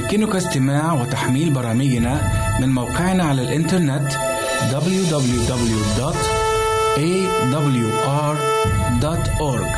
يمكنك استماع وتحميل برامجنا من موقعنا على الإنترنت www.awr.org.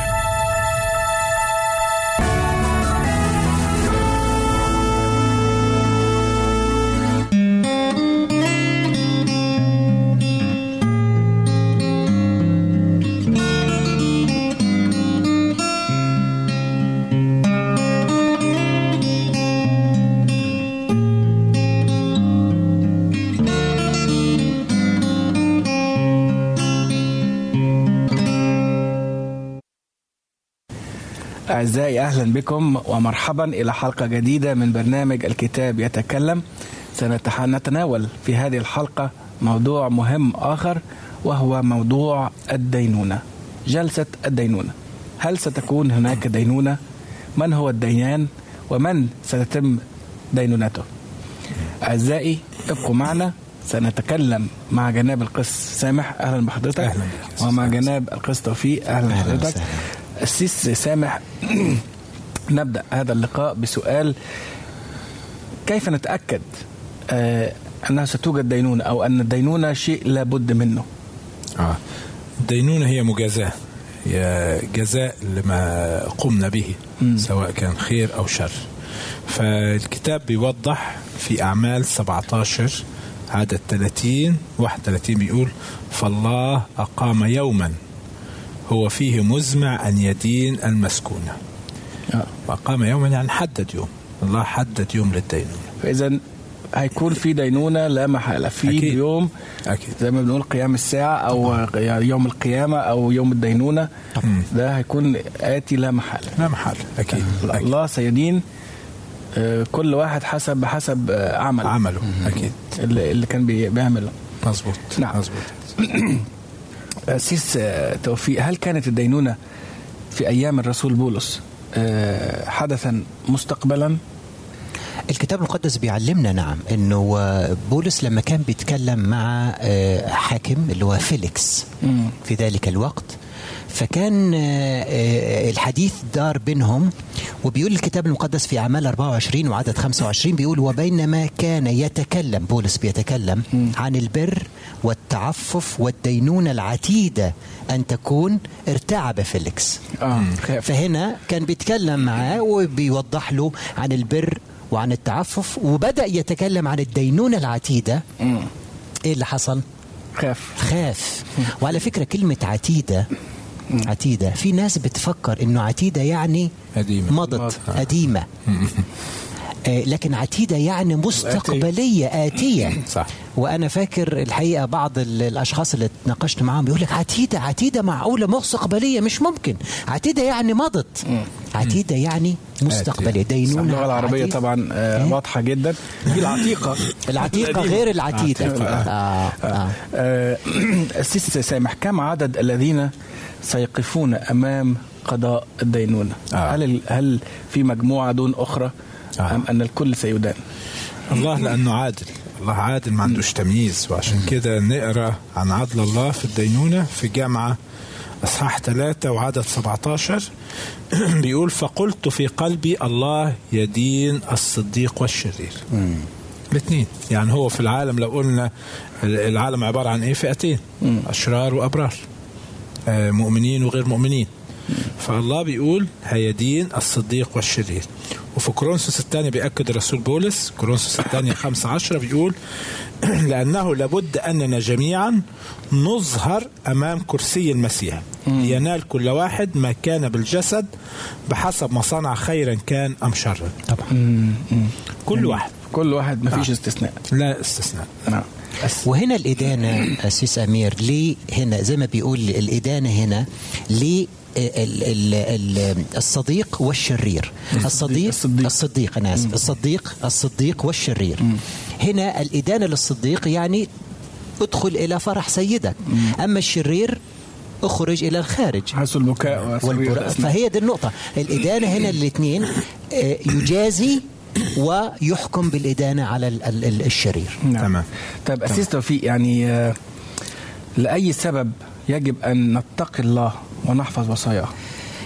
أعزائي، أهلا بكم ومرحبا إلى حلقة جديدة من برنامج الكتاب يتكلم. سنتناول في هذه الحلقة موضوع مهم آخر، وهو موضوع الدينونة، جلسة الدينونة. هل ستكون هناك دينونة؟ من هو الديان؟ ومن ستتم دينونته؟ أعزائي ابقوا معنا، سنتكلم مع جناب القس سامح. أهلا بحضرتك. أهلا بك. ومع جناب القس توفيق. أهلا بحضرتك. السيس سامح، نبدأ هذا اللقاء بسؤال: كيف نتأكد أنها ستوجد دينونة، أو أن الدينونة شيء لابد منه؟ الدينونة هي مجازاة، هي جزاء لما قمنا به سواء كان خير أو شر. فالكتاب بيوضح في أعمال 17 عدد 30-31 بيقول: فالله أقام يوما هو فيه مزمع أن يدين المسكونة. وأقام يوما يعني حدد يوم، الله حدد يوم للدينونة. فإذا هيكون في دينونة لا محالة في أكيد. يوم أكيد. زي ما بنقول قيام الساعة أو يوم القيامة أو يوم الدينونة. ده هيكون آتي لا محالة. لا محالة. أكيد. الله سيدين كل واحد بحسب عمله. أكيد. اللي كان بيعمله. مظبوط. نعم. مظبوط. سيس توفيق، هل كانت الدينونة في أيام الرسول بولس حدثا مستقبلا؟ الكتاب المقدس بيعلمنا نعم انه بولس لما كان بيتكلم مع حاكم اللي هو فيليكس في ذلك الوقت، فكان الحديث دار بينهم. وبيقول الكتاب المقدس في أعمال 24 وعدد 25 بيقول: وبينما كان يتكلم بولس بيتكلم عن البر والتعفف والدينونة العتيدة أن تكون، ارتعب فيليكس. فهنا كان بيتكلم معاه وبيوضح له عن البر وعن التعفف، وبدأ يتكلم عن الدينونة العتيدة. ايه اللي حصل؟ خاف. وعلى فكرة كلمة عتيدة في ناس بتفكر انه عتيدة يعني مضت قديمة. لكن عتيدة يعني مستقبلية آتية. صح. وأنا فاكر الحقيقة بعض الأشخاص اللي تناقشت معهم بيقول لك عتيدة معقولة مستقبلية؟ مش ممكن. عتيدة يعني مضت. عتيدة يعني مستقبلية. دينونة. اللغة العربية طبعا واضحة جدا. دي العتيقة غير العتيدة. السيس سامح، كم عدد الذين سيقفون أمام قضاء الدينونة؟ هل في مجموعة دون أخرى أم أن الكل سيدان؟ الله لأنه عادل، الله عادل ما عندوش تمييز. وعشان كده نقرأ عن عدل الله في الدينونة في جامعة أصحاح 3 وعدد 17 بيقول: فقلت في قلبي الله يدين الصديق والشرير. الاثنين يعني هو في العالم، لو قلنا العالم عبارة عن فئتين: أشرار وأبرار، مؤمنين وغير مؤمنين. فالله بيقول هيدين الصديق والشرير. وفي كورنثوس الثانية بيأكد الرسول بولس، كورنثوس الثانية 15 بيقول: لأنه لابد أننا جميعا نظهر أمام كرسي المسيح لينال كل واحد ما كان بالجسد بحسب ما صنع، خيرا كان أم شرا. طبعا كل واحد ما فيش استثناء. لا استثناء. نعم. وهنا الإدانة أسيس أمير، ليه هنا زي ما بيقول الإدانة هنا ليه الصديق والشرير. الصديق أنا آسف، الصديق والشرير. هنا الإدانة للصديق يعني ادخل إلى فرح سيدك، أما الشرير اخرج إلى الخارج، حيث البكاء والبراء. فهي دي النقطة. الإدانة هنا الاثنين يجازي ويحكم بالإدانة على الشرير. تمام. طيب أسيس توفيق، يعني لأي سبب يجب أن نتقي الله ونحفظ وصاياه؟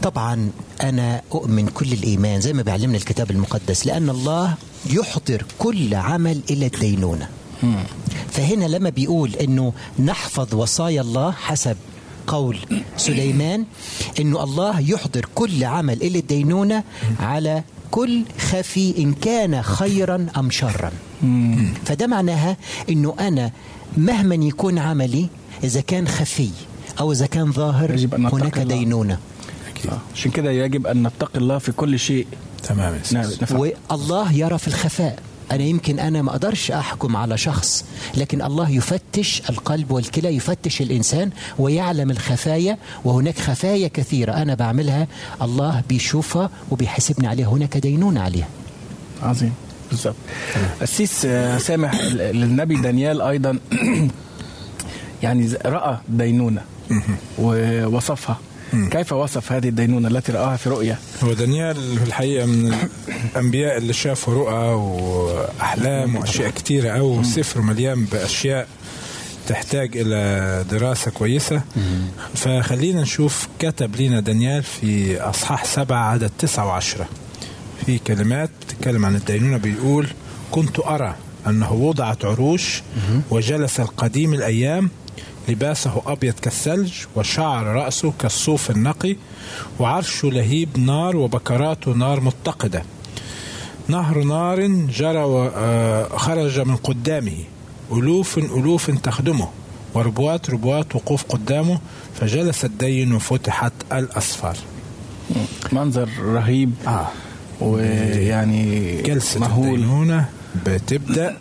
طبعا أنا أؤمن كل الإيمان زي ما بيعلمنا الكتاب المقدس، لأن الله يحضر كل عمل إلى الدينونة. فهنا لما بيقول إنه نحفظ وصايا الله حسب قول سليمان، إنه الله يحضر كل عمل إلى الدينونة على كل خفي إن كان خيرا أم شرا. فده معناها إنه أنا مهما يكون عملي، إذا كان خفي أو إذا كان ظاهر، هناك دينونة. عشان كده يجب أن نتقي الله في كل شيء. تمام. والله يرى في الخفاء. أنا ما أقدرش أحكم على شخص، لكن الله يفتش القلب والكلى، يفتش الإنسان ويعلم الخفايا، وهناك خفايا كثيرة أنا بعملها الله بيشوفها وبيحسبني عليها، هناك دينونة عليها. عظيم. بالضبط. السيس سامح للنبي دانيال أيضا يعني رأى دينونة ووصفها. كيف وصف هذه الدينونة التي رآها في رؤيا؟ هو دانيال في الحقيقة من الأنبياء اللي شافوا رؤى وأحلام وأشياء كتيرة، أو سفر مليان بأشياء تحتاج إلى دراسة كويسة. فخلينا نشوف كتب لنا دانيال في أصحاح 7 عدد 9 و10 في كلمات بتتكلم عن الدينونة. بيقول: كنت أرى أنه وضعت عروش وجلس القديم الأيام، لباسه أبيض كالثلج وشعر رأسه كالصوف النقي، وعرشه لهيب نار وبكراته نار متقدة، نهر نار جرى وخرج من قدامه، ألوف تخدمه، وربوات وقوف قدامه، فجلس الدين وفتحت الأسفار. منظر رهيب. ويعني جلسة الدينونة بتبدأ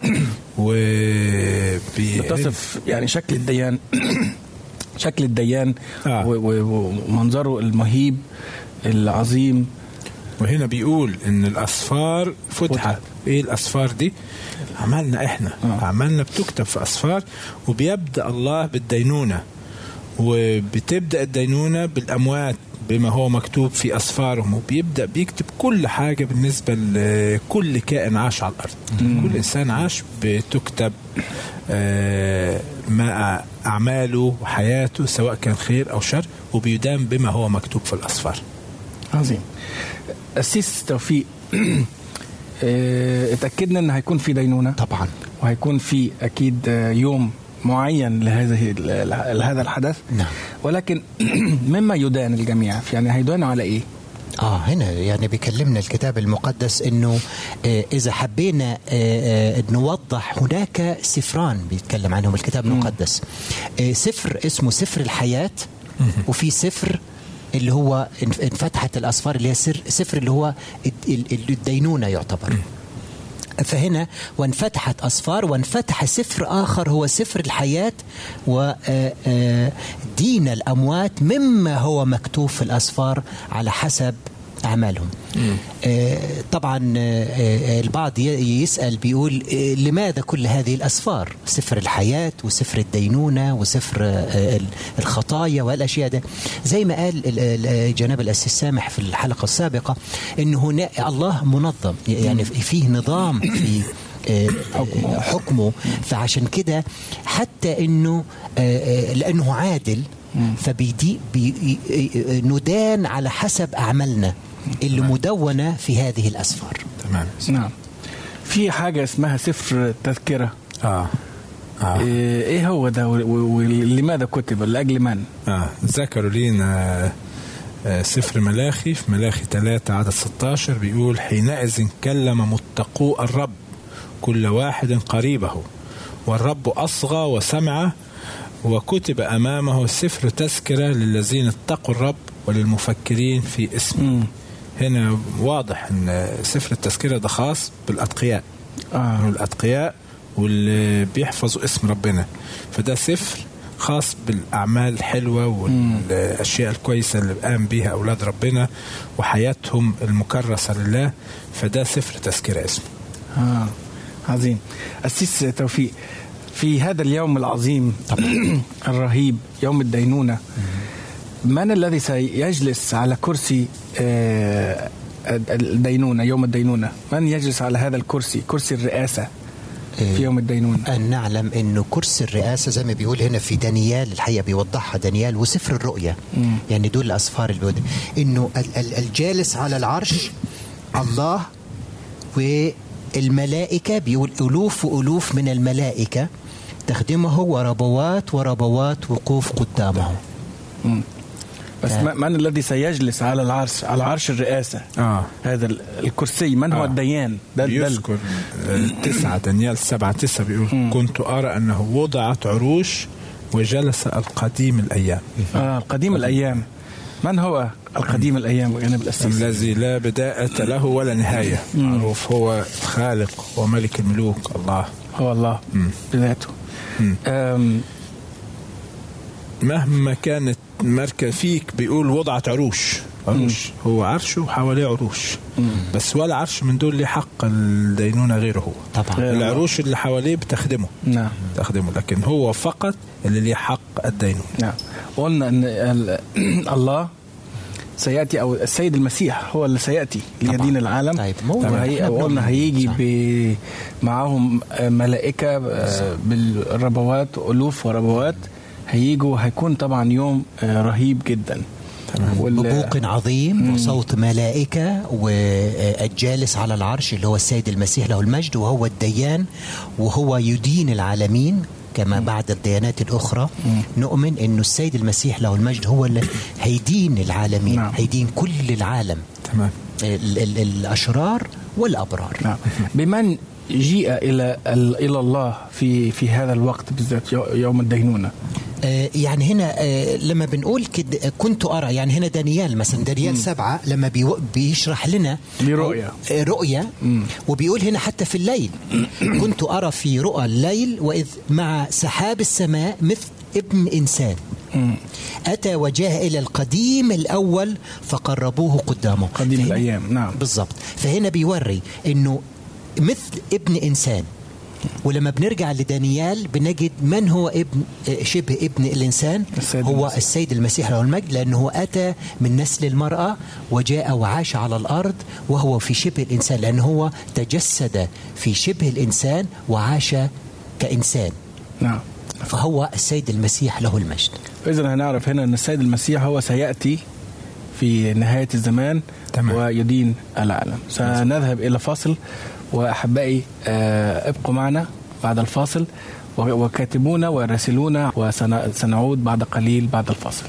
بتصف يعني شكل الديان شكل الديان ومنظره المهيب العظيم. وهنا بيقول ان الأسفار فتحت. ايه الأسفار دي؟ عملنا احنا عملنا بتكتب في أسفار، وبيبدأ الله بالدينونة، وبتبدأ الدينونة بالأموات بما هو مكتوب في أسفارهم، وبيبدأ بيكتب كل حاجة بالنسبة لكل كائن عاش على الأرض. كل إنسان عاش بتكتب ما أعماله وحياته سواء كان خير أو شر، وبيدام بما هو مكتوب في الأسفار. عظيم. السيس توفيق، اتأكدنا أن هيكون في دينونة طبعا، وهيكون في أكيد يوم معين لهذا الحدث. نعم. ولكن مما يدان الجميع، يعني هيدانوا على ايه؟ هنا يعني بيكلمنا الكتاب المقدس انه اذا حبينا نوضح، هناك سفران بيتكلم عنهم الكتاب المقدس. سفر اسمه سفر الحياة، وفي سفر اللي هو انفتحت الأسفار، اللي هي سفر اللي هو الدينونة يعتبر. فهنا وانفتحت أسفار، وانفتح سفر آخر هو سفر الحياة، ودين الأموات مما هو مكتوب في الأسفار على حسب أعمالهم. طبعا البعض يسأل بيقول لماذا كل هذه الأسفار؟ سفر الحياة وسفر الدينونة وسفر الخطايا والأشياء ده. زي ما قال جناب الأسيس سامح في الحلقة السابقة، إنه هنا الله منظم، يعني فيه نظام في حكمه. فعشان كده حتى إنه لأنه عادل، فبيدي ندان على حسب أعمالنا اللي مدونة في هذه الأسفار. تمام. نعم. في حاجة اسمها سفر التذكرة. ايه هو ده ولماذا كتب؟ لأجل من؟ ذكروا لينا سفر ملاخي، في ملاخي 3 عدد 16 بيقول: حينئذ كلم متقو الرب كل واحد قريبه، والرب أصغى وسمع، وكتب أمامه سفر تذكرة للذين اتقوا الرب وللمفكرين في اسمه. هنا واضح أن سفر التذكرة ده خاص بالأتقياء، الأتقياء واللي بيحفظوا اسم ربنا. فده سفر خاص بالأعمال الحلوة والأشياء الكويسة اللي قام بيها أولاد ربنا وحياتهم المكرسة لله. فده سفر تذكرة اسمه. عظيم. السيس توفيق، في هذا اليوم العظيم الرهيب، يوم الدينونة، من الذي سيجلس على كرسي الدينونة يوم الدينونة؟ من يجلس على هذا الكرسي، كرسي الرئاسة؟ في يوم الدينونة. أن نعلم أنه كرسي الرئاسة زي ما بيقول هنا في دانيال، الحقيقة بيوضحها دانيال وسفر الرؤيا، يعني دول الأسفار اللي بيقول أنه الجالس على العرش الله، والملائكة بيقول ألوف وألوف من الملائكة تخدمه، وربوات وربوات وقوف قدامه. بس من الذي سيجلس على العرش، على عرش الرئاسة؟ هذا الكرسي من هو الديان؟ يذكر 9 دانيال 7-9 بيقول كنت أرى أنه وضعت عروش وجلس القديم الأيام. القديم الأيام. من هو القديم الأيام جانب الأساس؟ الذي لا بداية له ولا نهاية، معروف هو خالق وملك الملوك، الله هو الله بذاته. مهما كانت مركز فيك بيقول وضعت عروش هو عرشه وحواليه عروش، بس ولا عرش من دول اللي حق الدينونة غيره هو طبعا. العروش اللي حواليه بتخدمه، نعم تخدمه، لكن هو فقط اللي ليه حق الدينونة. نعم. قلنا أن الله سيأتي، أو السيد المسيح هو اللي سيأتي ليدين العالم. طيب. وقلنا هيجي معهم ملائكة بالربوات، ألوف وربوات هيجوا، هيكون طبعا يوم رهيب جدا، ببوق عظيم وصوت ملائكة، والجالس على العرش اللي هو السيد المسيح له المجد، وهو الديان وهو يدين العالمين كما بعد الديانات الأخرى. نؤمن أنه السيد المسيح له المجد هو اللي هيدين العالمين. نعم. هيدين كل العالم. تمام. الأشرار والأبرار. نعم. بمن جيء إلى الله في هذا الوقت بالذات يوم الدينونة؟ يعني هنا لما بنقول كده كنت أرى، يعني هنا دانيال مثلا، دانيال 7 لما بيشرح لنا رؤية وبيقول هنا حتى في الليل كنت أرى في رؤى الليل وإذ مع سحاب السماء مثل ابن إنسان أتى وجاء إلى القديم الأول فقربوه قدامه. قديم الأيام. نعم بالضبط. فهنا بيوري إنه مثل ابن إنسان. ولما بنرجع لدانيال بنجد من هو ابن شبه ابن الإنسان، هو السيد المسيح له المجد، لأنه أتى من نسل المرأة وجاء وعاش على الأرض وهو في شبه الإنسان، لأنه هو تجسد في شبه الإنسان وعاش كإنسان. نعم. فهو السيد المسيح له المجد. إذن هنعرف هنا أن السيد المسيح هو سيأتي في نهاية الزمان. تمام. ويدين العالم. سنذهب إلى فاصل، وأحبائي ابقوا معنا بعد الفاصل، وكاتبونا وراسلونا، وسنعود بعد قليل بعد الفاصل.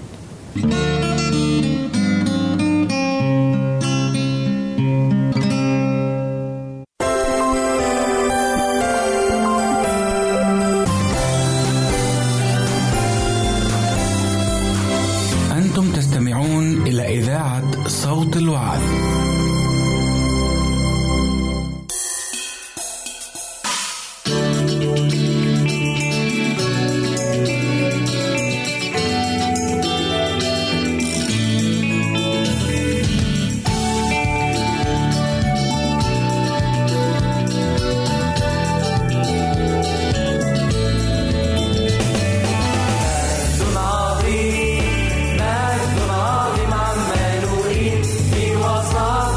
أنتم تستمعون إلى إذاعة صوت الوعد. مجد عظيم عمانوئيل في وسط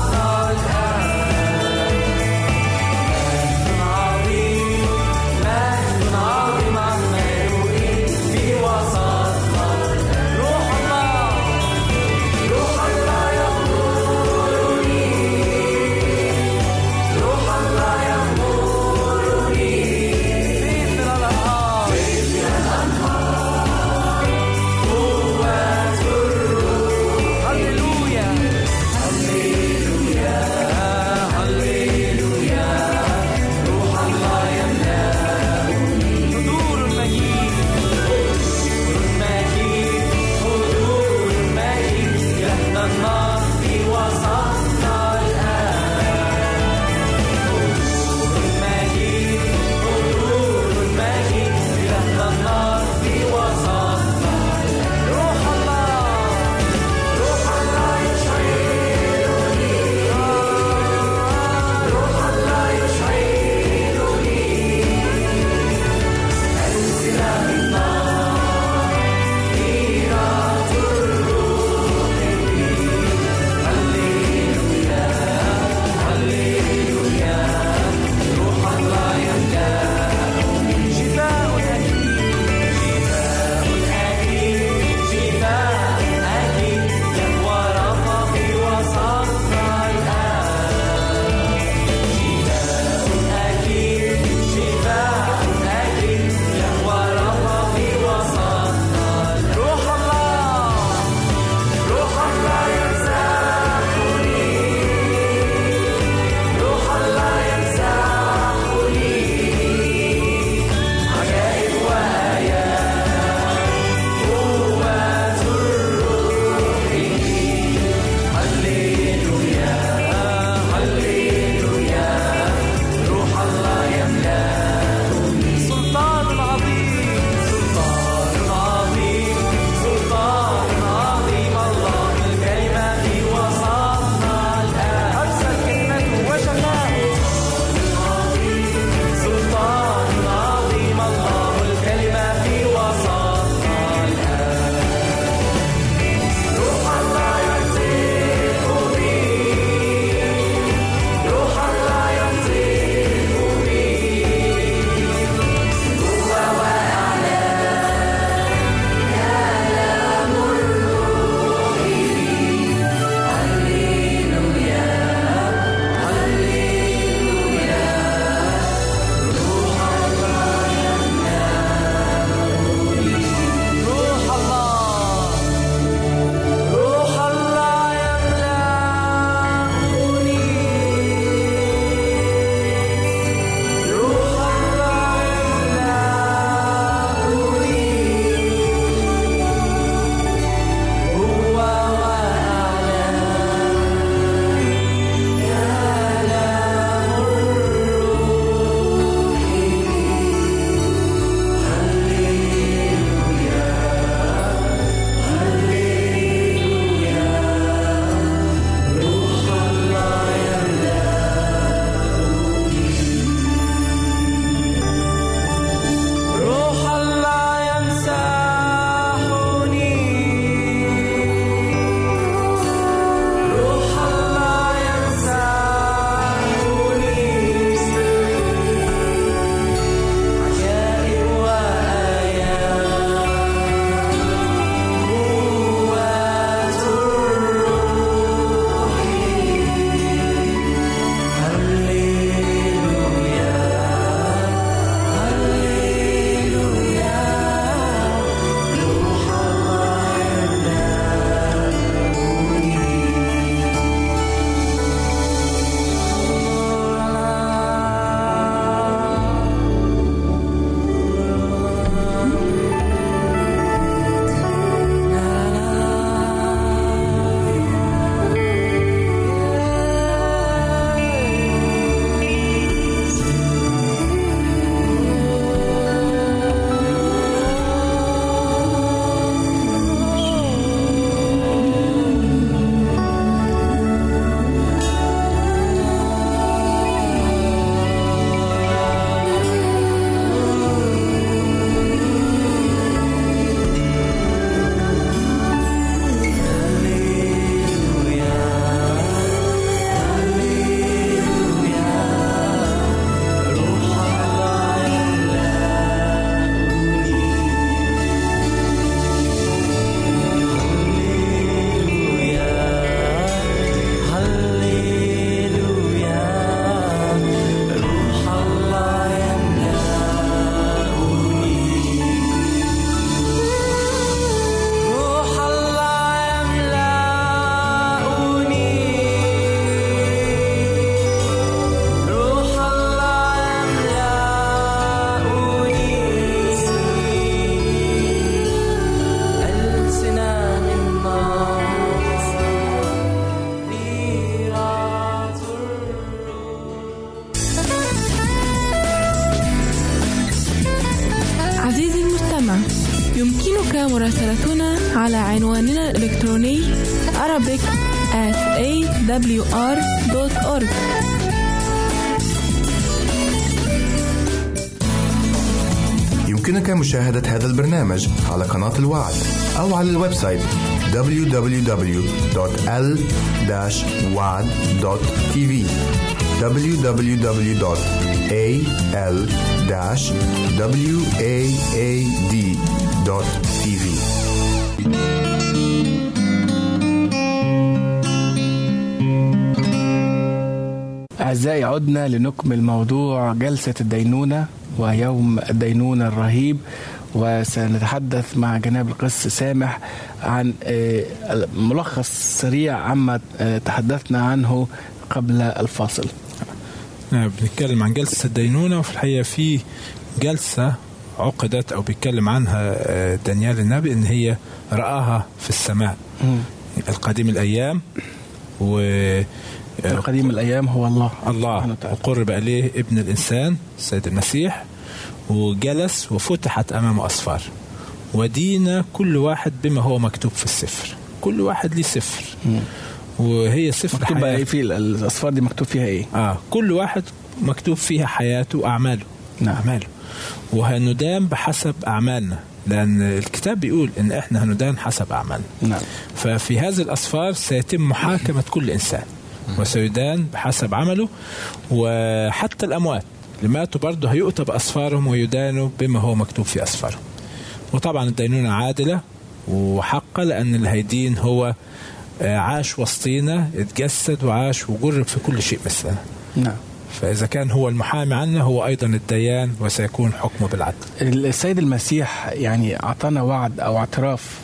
مراسلتنا على عنواننا الإلكتروني arabic@awr.org. يمكنك مشاهدة هذا البرنامج على قناة الوعد أو على الويب سايت www.al-wad.tv www.al-waad.tv. أعزائي، عدنا لنكمل موضوع جلسة الدينونة ويوم الدينونة الرهيب، وسنتحدث مع جناب القس سامح عن ملخص سريع عما تحدثنا عنه قبل الفاصل. بنتكلم عن جلسة الدينونة، وفي الحقيقة في جلسة عقدت أو بيتكلم عنها دانيال النبي إن هي رآها في السماء. القديم الأيام، القديم الأيام هو الله وقرب إليه ابن الإنسان السيد المسيح، وجلس وفتحت أمامه أسفار، ودينا كل واحد بما هو مكتوب في السفر. كل واحد ليه سفر، وهي سفر مكتوب حياته. في الأسفار دي مكتوب فيها إيه؟ كل واحد مكتوب فيها حياته وأعماله. أعماله، وهندان بحسب أعمالنا، لأن الكتاب بيقول إن إحنا هندان حسب أعمالنا. ففي هذه الأسفار سيتم محاكمة كل إنسان وسيدان بحسب عمله، وحتى الأموات اللي ماتوا برضه هيؤتى بأسفارهم ويدانوا بما هو مكتوب في أسفارهم. وطبعا الدينونة عادلة وحقة، لأن اللي هيدين هو عاش وسطينا، اتجسد وعاش وجرب في كل شيء مثلنا. فإذا كان هو المحامي عنا، هو أيضا الديان وسيكون حكمه بالعدل. السيد المسيح يعني أعطانا وعد أو اعتراف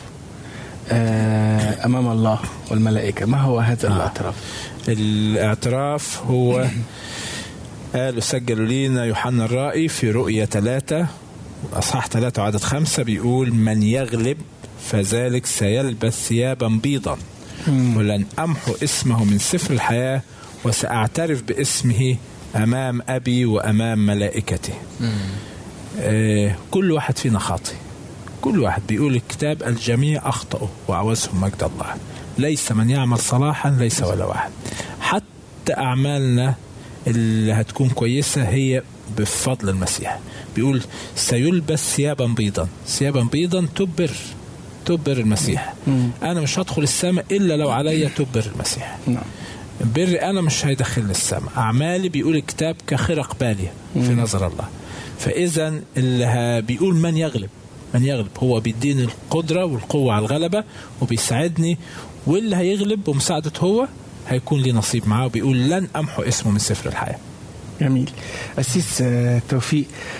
أمام الله والملائكة. ما هو هذا الاعتراف؟ الاعتراف هو قالوا سجلوا لينا يوحنا الرائي في رؤية 3 أصحاح 3 وعدد 5 بيقول: من يغلب فذلك سيلبس ثيابا بيضا، ولن أمحو اسمه من سفر الحياة، وسأعترف باسمه أمام أبي وأمام ملائكته. كل واحد فينا خاطئ، كل واحد. بيقول الكتاب: الجميع أخطأوا وعوزهم مجد الله، ليس من يعمل صلاحا، ليس ولا واحد. حتى أعمالنا اللي هتكون كويسة هي بفضل المسيح. بيقول سيلبس ثيابا بيضا. ثيابا بيضا تبر المسيح. أنا مش هدخل السماء إلا لو علي تبر المسيح. بري أنا مش هيدخل السماء. أعمالي بيقول الكتاب كخرق بالية في نظر الله. فإذا اللي بيقول من يغلب هو بيديني القدرة والقوة على الغلبة وبيساعدني، واللي هيغلب بمساعدته هو هيكون لي نصيب معاه. وبيقول لن أمحو اسمه من سفر الحياة. جميل. أسيس توفيق،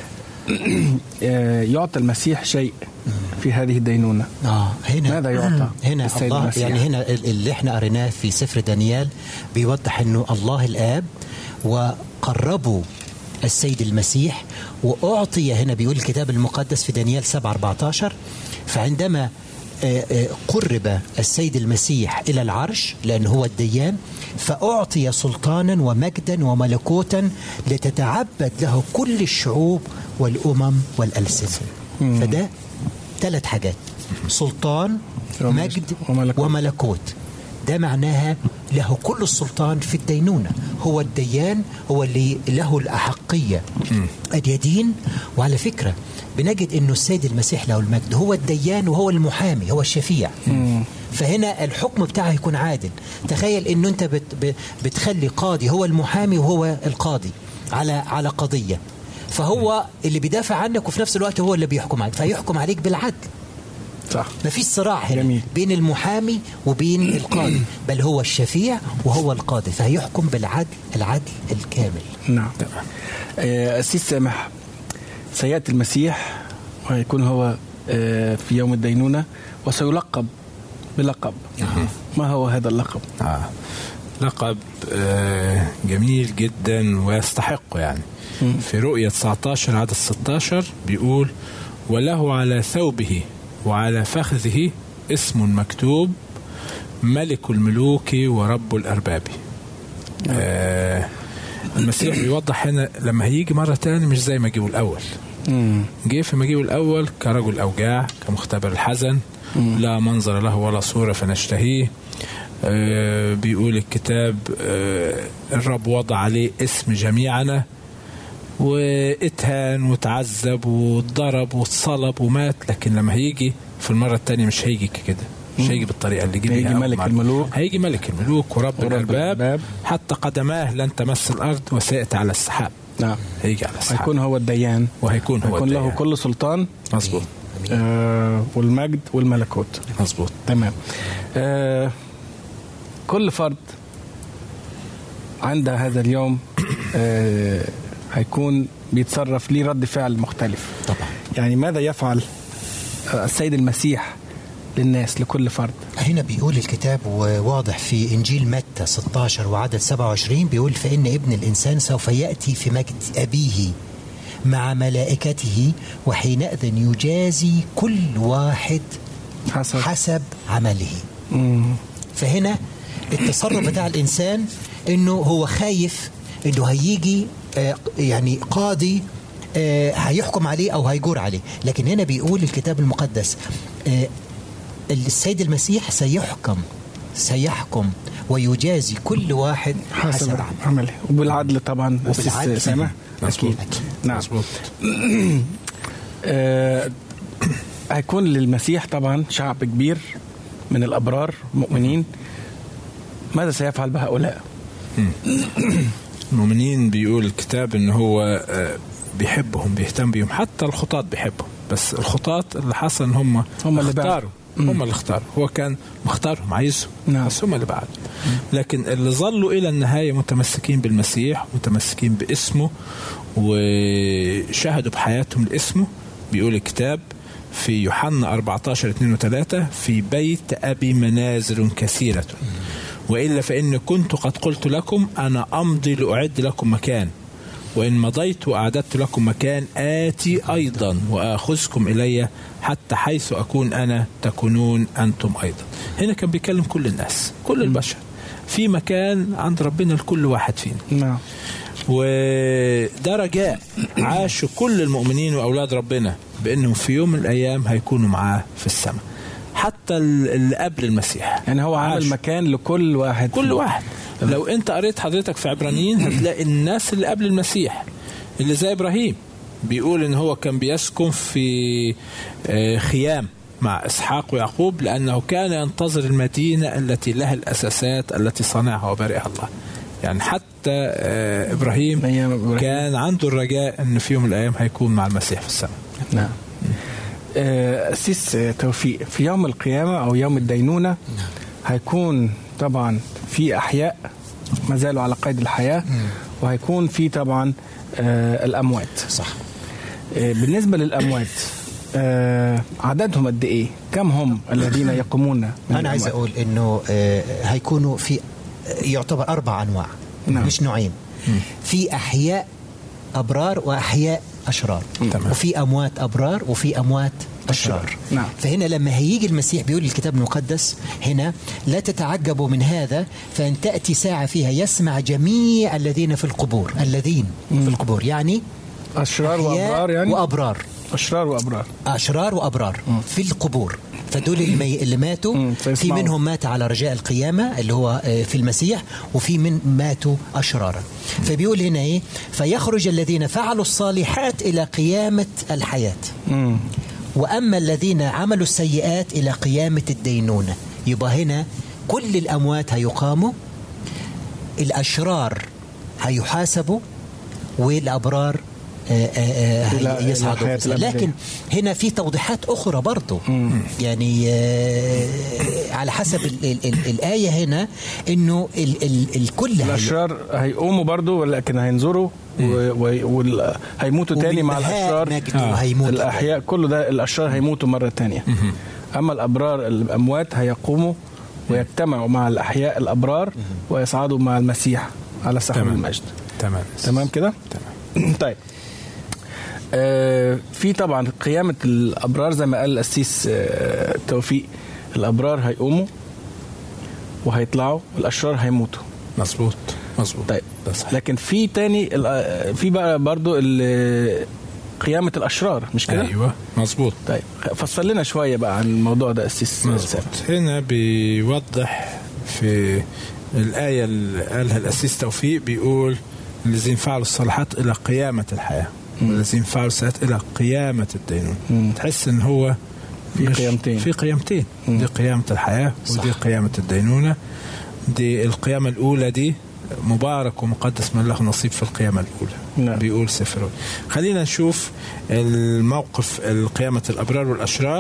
يعطى المسيح شيء في هذه الدينونة. هنا ماذا يعطى هنا الله المسيح؟ يعني هنا اللي احنا قريناه في سفر دانيال بيوضح انه الله الآب وقربوا السيد المسيح، وأعطي هنا بيقول الكتاب المقدس في دانيال 7:14 فعندما قرب السيد المسيح إلى العرش لأنه هو الديان، فأعطي سلطانا ومجدا وملكوتا لتتعبد له كل الشعوب والأمم والألسنة. فده 3 حاجات: سلطان، مجد، وملكوت. ده معناها له كل السلطان في الدينونة. هو الديان، هو اللي له الأحقية أن يدين. وعلى فكرة بنجد أنه السيد المسيح له المجد هو الديان وهو المحامي، هو الشفيع. فهنا الحكم بتاعه يكون عادل. تخيل أنه أنت بتخلي قاضي هو المحامي وهو القاضي على قضية، فهو اللي بيدافع عنك وفي نفس الوقت هو اللي بيحكم عليك، فيحكم عليك بالعدل. صح. ما فيش صراع هنا. جميل. بين المحامي وبين القاضي، بل هو الشفيع وهو القاضي، فيحكم بالعدل، العدل الكامل. نعم. أسيس سامح، سيأتي المسيح ويكون هو في يوم الدينونة وسيلقب بلقب. ما هو هذا اللقب؟ لقب جميل جدا ويستحقه. يعني في رؤية 19 عدد 16 بيقول: وله على ثوبه وعلى فخذه اسم مكتوب: ملك الملوك ورب الأرباب. المسيح بيوضح هنا لما هيجي مرة تاني مش زي ما جيبوا الأول. جه في مجيئه الأول كرجل أوجاع، كمختبر الحزن، لا منظر له ولا صورة فنشتهيه. بيقول الكتاب الرب وضع عليه اسم جميعنا، واتهان وتعذب واتضرب واتصلب ومات، لكن لما هيجي في المرة الثانية مش هيجي كده، مش هيجي بالطريقة اللي جه بيها. هيجي ملك الملوك، هيجي ملك الملوك ورب الأرباب، حتى قدماه لن تمس الأرض وسيأتي على السحاب. نعم، هيجي على السحاب، هيكون هو الديان، وهيكون هو هيكون الديان. له كل سلطان. مظبوط. والمجد والملكوت. مظبوط. تمام. كل فرد عند هذا اليوم هيكون بيتصرف ليه رد فعل مختلف طبعا. يعني ماذا يفعل السيد المسيح للناس، لكل فرد؟ هنا بيقول الكتاب وواضح في إنجيل متى 16 وعدد 27 بيقول فإن ابن الإنسان سوف يأتي في مجد أبيه مع ملائكته وحينئذ يجازي كل واحد حسب عمله. فهنا التصرف بتاع الإنسان إنه هو خايف إنه هيجي يعني قاضي هيحكم عليه أو هيجور عليه، لكن هنا بيقول الكتاب المقدس السيد المسيح سيحكم ويجازي كل واحد حسب عمله، وبالعدل طبعا. وبالعدل. سامع؟ أكيد. نعم. مظبوط. هيكون للمسيح طبعا شعب كبير من الأبرار مؤمنين. ماذا سيفعل بهؤلاء؟ المؤمنين بيقول الكتاب إن هو بيحبهم، بيهتم بيهم، حتى الخطاة بيحبهم، بس الخطاة اللي حصل إن هم اللي اختاروا، هم اللي اختاروا، هو كان مختارهم عايزهم. نعم. بس هم اللي بعد. لكن اللي ظلوا إلى النهاية متمسكين بالمسيح، متمسكين باسمه، وشهدوا بحياتهم لاسمه. بيقول الكتاب في يوحنا 14:2-3 في بيت أبي منازل كثيرة، وإلا فإن كنت قد قلت لكم أنا أمضي لأعد لكم مكان، وإن مضيت وأعددت لكم مكان آتي أيضا وأخذكم إلي حتى حيث أكون أنا تكونون أنتم أيضا. هنا كان بيكلم كل الناس، كل البشر، في مكان عند ربنا لكل واحد فينا. نعم. وده رجاء عاشوا كل المؤمنين وأولاد ربنا بأنهم في يوم من الأيام هيكونوا معاه في السماء، حتى اللي قبل المسيح. يعني هو عامل مكان لكل واحد، كل واحد. لو انت قريت حضرتك في عبرانيين هتلاقي الناس اللي قبل المسيح اللي زي إبراهيم بيقول ان هو كان بيسكن في خيام مع إسحاق ويعقوب لأنه كان ينتظر المدينة التي لها الأساسات التي صنعها وبارئها الله. يعني حتى إبراهيم كان عنده الرجاء أن في يوم من الأيام هيكون مع المسيح في السماء. نعم. أسيس توفيق، في يوم القيامة أو يوم الدينونة هيكون طبعا في أحياء ما زالوا على قيد الحياة، وهيكون في طبعا الأموات. صح. بالنسبة للأموات عددهم قد إيه؟ كم هم الذين يقومون؟ أنا عايز أقول إنه هيكونوا في يعتبر 4 أنواع. نعم. مش نوعين. في أحياء أبرار وأحياء أشرار. وفي أموات أبرار وفي أموات أشرار. نعم. فهنا لما هيجي المسيح بيقول الكتاب المقدس هنا لا تتعجبوا من هذا فأن تأتي ساعة فيها يسمع جميع الذين في القبور، الذين في القبور يعني أشرار وأبرار، يعني وأبرار، أشرار وأبرار في القبور. فدول اللي ماتوا في منهم مات على رجاء القيامة اللي هو في المسيح، وفي من ماتوا أشرارا. فبيقول هنا إيه؟ فيخرج الذين فعلوا الصالحات إلى قيامة الحياة، وأما الذين عملوا السيئات إلى قيامة الدينونة. يبقى هنا كل الأموات هيقاموا، الأشرار هيحاسبوا، والأبرار يصعدوا. لكن هنا في توضيحات أخرى برضو، يعني على حسب الآية هنا إنه الكل الأشرار هيقوموا برضو، ولكن هينظروا وهيموتوا تاني مع الأشرار. الأحياء كله ده الأشرار هيموتوا مرة تانية. أما الأبرار الأموات هيقوموا ويجتمعوا مع الأحياء الأبرار ويصعدوا مع المسيح على سحاب المجد. تمام كده. طيب في طبعا قيامة الأبرار زي ما قال الأسيس توفيق، الأبرار هيقوموا وهيطلعوا، الأشرار هيموتوا. مظبوط. طيب لكن في تاني في بقى برضو قيامة الأشرار، مش كده؟ أيوة مظبوط. طيب فصل لنا شوية بقى عن الموضوع ده أسيس. هنا بيوضح في الآية اللي قالها الأسيس توفيق، بيقول الذين فعلوا الصالحات إلى قيامة الحياة والذين فعلوا السيئات إلى قيامة الدينون. تحس إن هو في قيامتين دي قيامة الحياة ودي قيامة الدينونة. دي القيامة الأولى دي مبارك ومقدس من له نصيب في القيامة الأولى. بيقول سفر. خلينا نشوف الموقف القيامة الأبرار والأشرار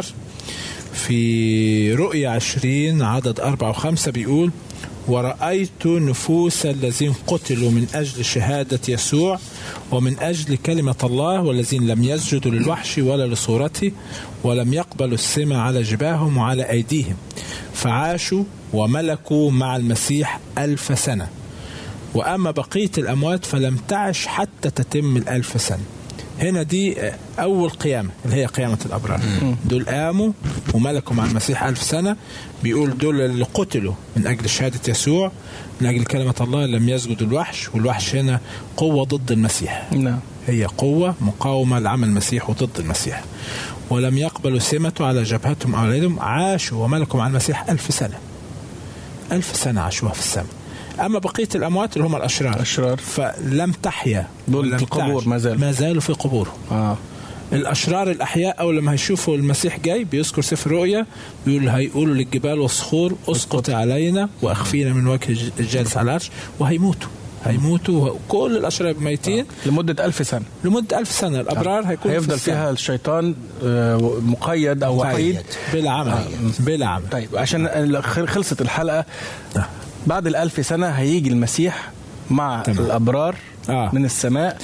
في رؤية 20 عدد 4 و5. بيقول ورأيت نفوس الذين قتلوا من أجل شهادة يسوع ومن أجل كلمة الله والذين لم يسجدوا للوحش ولا لصورته ولم يقبلوا السمع على جباههم وعلى أيديهم فعاشوا وملكوا مع المسيح 1000 سنة. وأما بقية الأموات فلم تعش حتى تتم 1000 سنة. هنا دي أول قيامة اللي هي قيامة الأبرار. دول قاموا وملكوا مع المسيح 1000 سنة. بيقول دول اللي قتلوا من أجل شهادة يسوع من أجل كلمة الله لم يسجدوا الوحش. والوحش هنا قوة ضد المسيح. هي قوة مقاومة لعمل المسيح وضد المسيح. ولم يقبلوا سمته على جبهتهم أو على يدهم. عاشوا وملكوا مع المسيح 1000 سنة. 1000 سنة عاشوها في السماء. أما بقية الأموات اللي هم الأشرار فلم تحيا، دول في القبور ما زالوا في قبورهم. الأشرار الأحياء أول لما هيشوفوا المسيح جاي بيذكر سفر الرؤيا بيقول هيقولوا للجبال والصخور اسقط علينا وأخفينا من وجه الجالس على العرش. هيموتوا كل الأشرار ميتين لمدة 1000 سنة. لمدة 1000 سنة الأبرار هيفضل فيها الشيطان مقيد أو وحيد بلا عمل. طيب عشان خلصت الحلقة بعد 1000 سنة هيجي المسيح مع الأبرار من السماء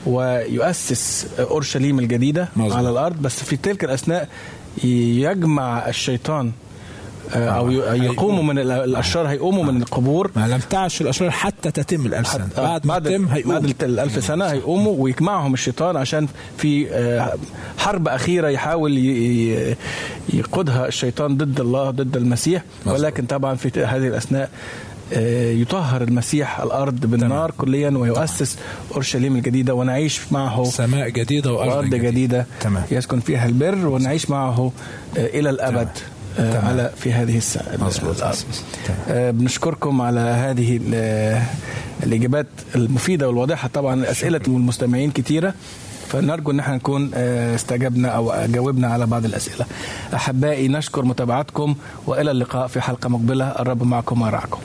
ويؤسس أورشليم الجديدة على الأرض. بس في تلك الأثناء يجمع الشيطان أو يقوموا من الأشرار هيقوموا من القبور. ما لم تعش الأشرار حتى تتم 1000 سنة. بعد 1000 سنة هيقوموا ويجمعهم الشيطان عشان في حرب أخيرة يحاول يقودها الشيطان ضد الله ضد المسيح. ولكن طبعا في هذه الأثناء يطهر المسيح الأرض بالنار كليا ويؤسس أورشليم الجديدة ونعيش معه سماء جديدة وأرض جديدة يسكن فيها البر ونعيش معه إلى الأبد على في هذه الأرض. بنشكركم على هذه الإجابات المفيدة والواضحة. طبعا أسئلة المستمعين كتيرة فنرجو أن احنا نكون استجبنا أو جاوبنا على بعض الأسئلة. أحبائي نشكر متابعتكم وإلى اللقاء في حلقة مقبلة. الرب معكم ورعاكم.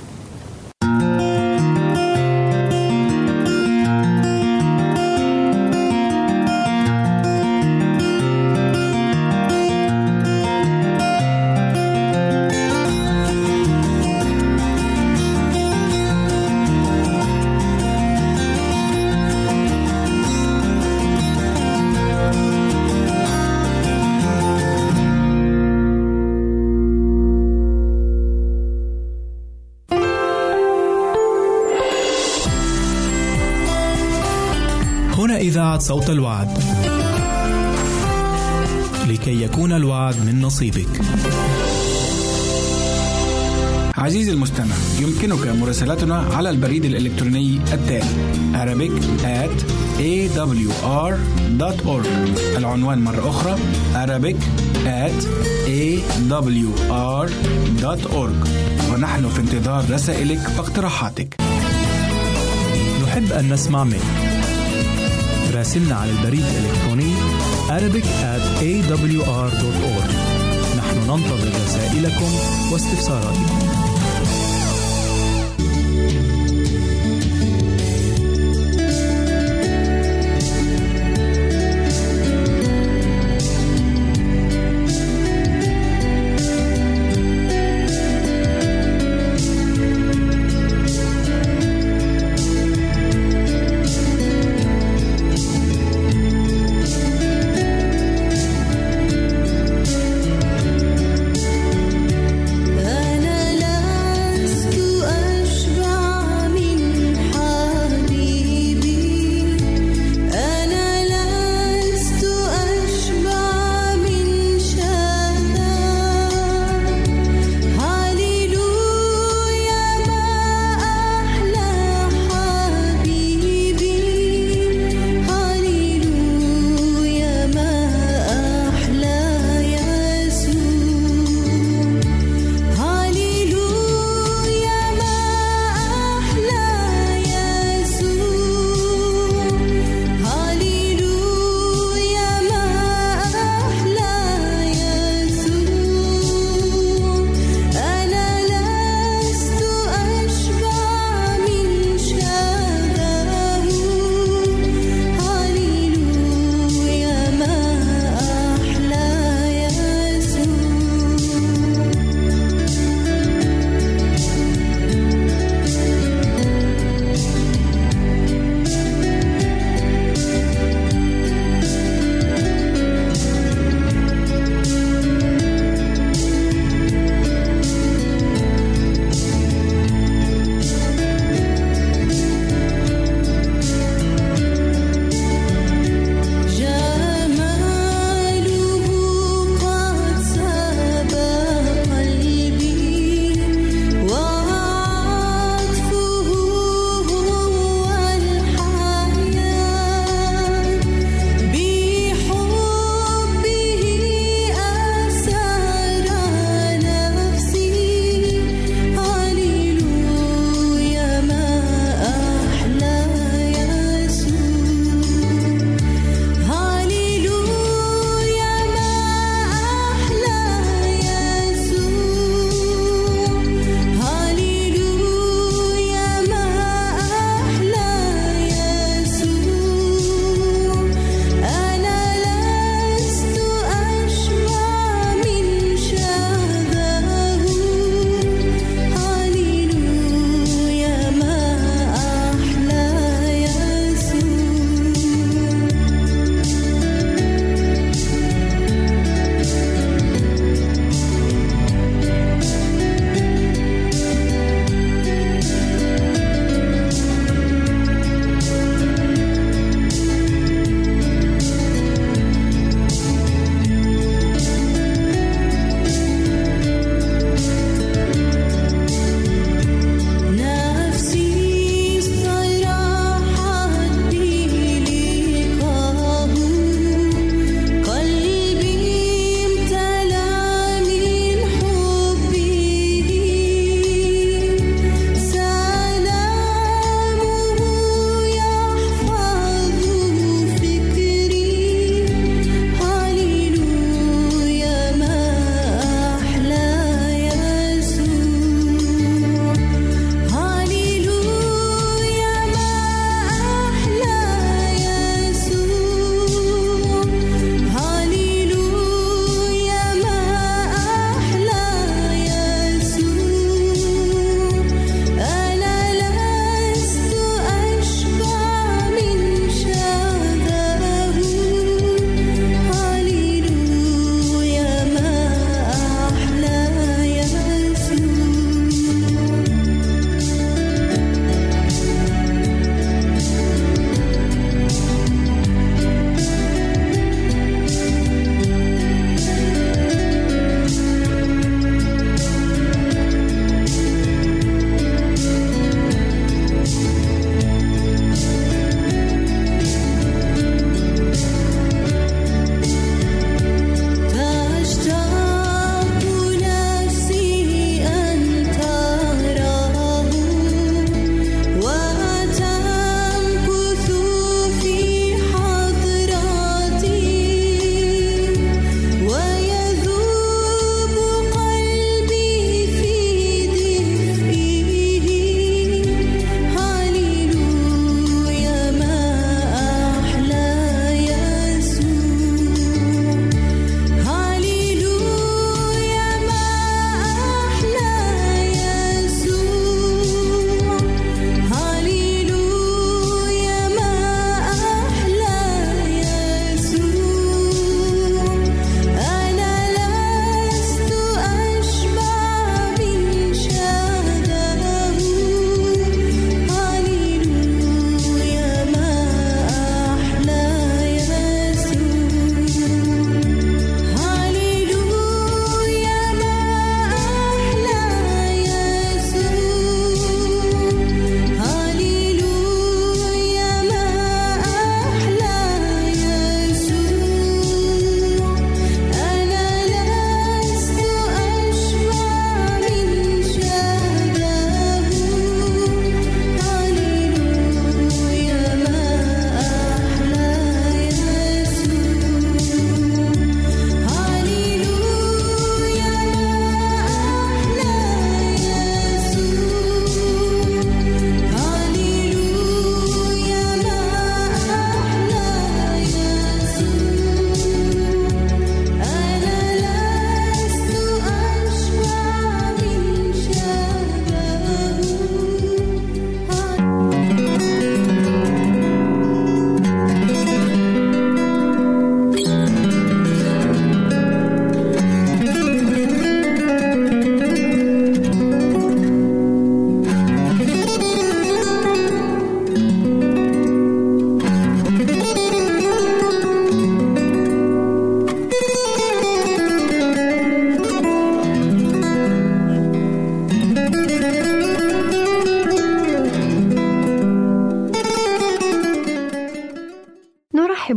إذاعة صوت الوعد لكي يكون الوعد من نصيبك. عزيزي المستمع يمكنك مراسلتنا على البريد الإلكتروني التالي arabic@awr.org. العنوان مرة أخرى arabic@awr.org. ونحن في انتظار رسائلك واقتراحاتك. نحب أن نسمع منك. راسلنا على البريد الإلكتروني arabic@awr.org. نحن ننتظر رسائلكم واستفساراتكم. أنا لا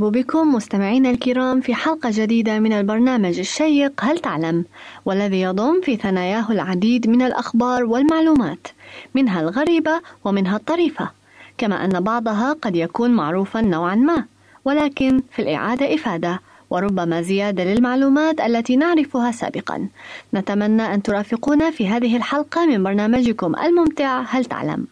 بكم مستمعينا الكرام في حلقة جديدة من البرنامج الشيق هل تعلم، والذي يضم في ثناياه العديد من الأخبار والمعلومات، منها الغريبة ومنها الطريفة، كما أن بعضها قد يكون معروفا نوعا ما، ولكن في الإعادة إفادة وربما زيادة للمعلومات التي نعرفها سابقا. نتمنى أن ترافقونا في هذه الحلقة من برنامجكم الممتع هل تعلم.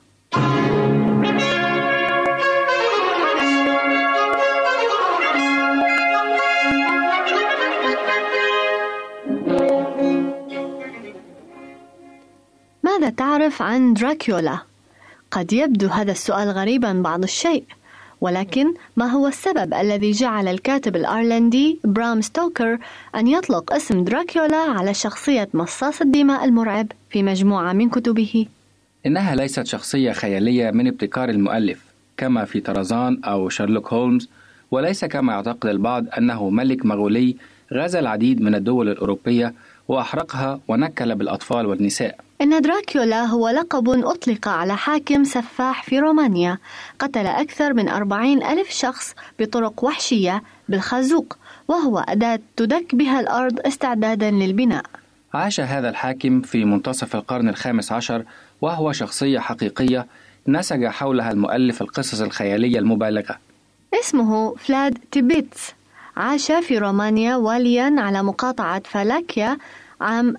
ماذا تعرف عن دراكولا؟ قد يبدو هذا السؤال غريبا بعض الشيء، ولكن ما هو السبب الذي جعل الكاتب الأيرلندي برام ستوكر أن يطلق اسم دراكولا على شخصية مصاص الدماء المرعب في مجموعة من كتبه؟ إنها ليست شخصية خيالية من ابتكار المؤلف كما في طرزان أو شارلوك هولمز، وليس كما يعتقد البعض أنه ملك مغولي غزا العديد من الدول الأوروبية وأحرقها ونكل بالأطفال والنساء. إن دراكولا هو لقب أطلق على حاكم سفاح في رومانيا قتل أكثر من 40,000 شخص بطرق وحشية بالخازوق، وهو أداة تدك بها الأرض استعدادا للبناء. عاش هذا الحاكم في منتصف القرن ال15، وهو شخصية حقيقية نسج حولها المؤلف القصص الخيالية المبالغة. اسمه فلاد تيبيتس، عاش في رومانيا واليا على مقاطعة فالاكيا عام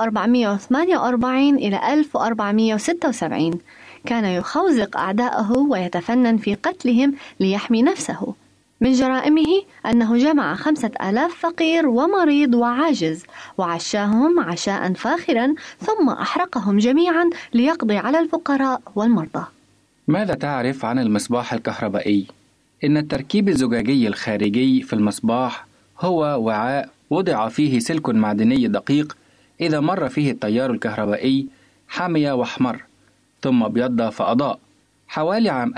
1448 إلى 1476. كان يخوزق أعداءه ويتفنن في قتلهم ليحمي نفسه. من جرائمه أنه جمع 5,000 فقير ومريض وعاجز وعشاهم عشاء فاخرا، ثم أحرقهم جميعا ليقضي على الفقراء والمرضى. ماذا تعرف عن المصباح الكهربائي؟ إن التركيب الزجاجي الخارجي في المصباح هو وعاء وضع فيه سلك معدني دقيق، إذا مر فيه التيار الكهربائي حمي واحمر ثم ابيض فأضاء. حوالي عام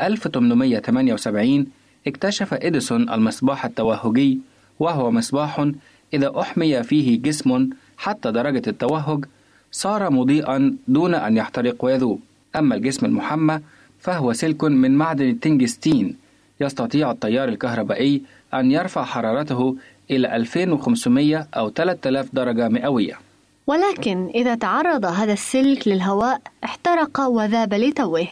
1878 اكتشف إديسون المصباح التوهجي، وهو مصباح إذا أحمي فيه جسم حتى درجة التوهج صار مضيئا دون أن يحترق ويذوب. أما الجسم المحمى فهو سلك من معدن التنجستين، يستطيع التيار الكهربائي أن يرفع حرارته إلى 2500 أو 3000 درجة مئوية. ولكن إذا تعرض هذا السلك للهواء احترق وذاب لتوه.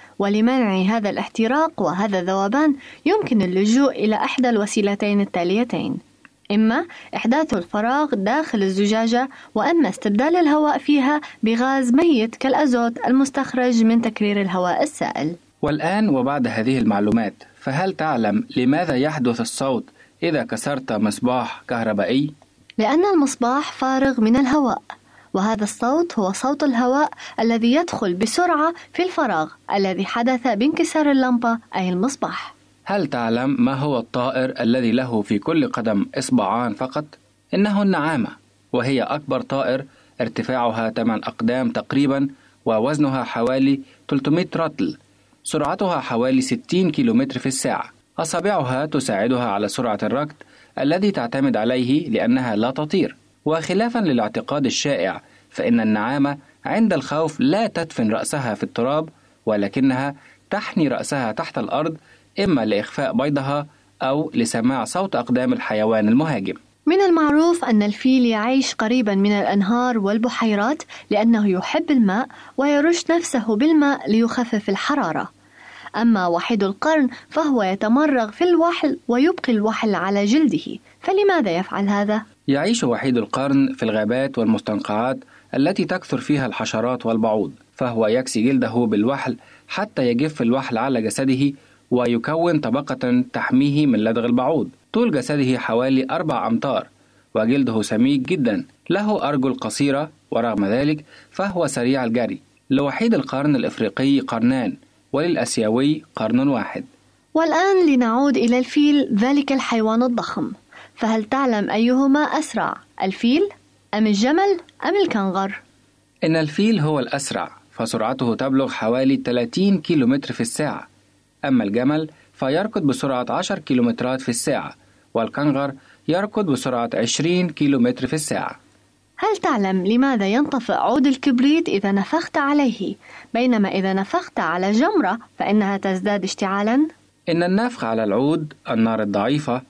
ولمنع هذا الاحتراق وهذا الذوبان يمكن اللجوء إلى إحدى الوسيلتين التاليتين: إما إحداث الفراغ داخل الزجاجة، وإما استبدال الهواء فيها بغاز ميت كالأزوت المستخرج من تكرير الهواء السائل. والآن وبعد هذه المعلومات، فهل تعلم لماذا يحدث الصوت إذا كسرت مصباح كهربائي؟ لأن المصباح فارغ من الهواء، وهذا الصوت هو صوت الهواء الذي يدخل بسرعة في الفراغ الذي حدث بانكسار اللمبة أي المصباح. هل تعلم ما هو الطائر الذي له في كل قدم إصبعان فقط؟ إنه النعامة، وهي أكبر طائر، ارتفاعها 8 أقدام تقريبا، ووزنها حوالي 300 رطل، سرعتها حوالي 60 كيلومتر في الساعة. أصابعها تساعدها على سرعة الركض الذي تعتمد عليه لأنها لا تطير. وخلافا للاعتقاد الشائع، فإن النعامة عند الخوف لا تدفن رأسها في التراب، ولكنها تحني رأسها تحت الأرض، إما لإخفاء بيضها أو لسماع صوت أقدام الحيوان المهاجم. من المعروف أن الفيل يعيش قريبا من الأنهار والبحيرات لأنه يحب الماء ويرش نفسه بالماء ليخفف الحرارة. أما وحيد القرن فهو يتمرغ في الوحل ويبقي الوحل على جلده، فلماذا يفعل هذا؟ يعيش وحيد القرن في الغابات والمستنقعات التي تكثر فيها الحشرات والبعوض، فهو يكسي جلده بالوحل حتى يجف الوحل على جسده ويكون طبقة تحميه من لدغ البعوض. طول جسده حوالي 4 أمتار، وجلده سميك جدا، له أرجل قصيرة، ورغم ذلك فهو سريع الجري. لوحيد القرن الإفريقي قرنان، وللأسيوي قرن واحد. والآن لنعود إلى الفيل، ذلك الحيوان الضخم. فهل تعلم أيهما أسرع، الفيل أم الجمل أم الكنغر؟ إن الفيل هو الأسرع، فسرعته تبلغ حوالي 30 كيلومتر في الساعة. أما الجمل فيركض بسرعة 10 كيلومترات في الساعة، والكنغر يركض بسرعة 20 كيلومتر في الساعة. هل تعلم لماذا ينطفئ عود الكبريت إذا نفخت عليه، بينما إذا نفخت على جمرة فإنها تزداد اشتعالا؟ إن النفخ على العود، النار الضعيفة،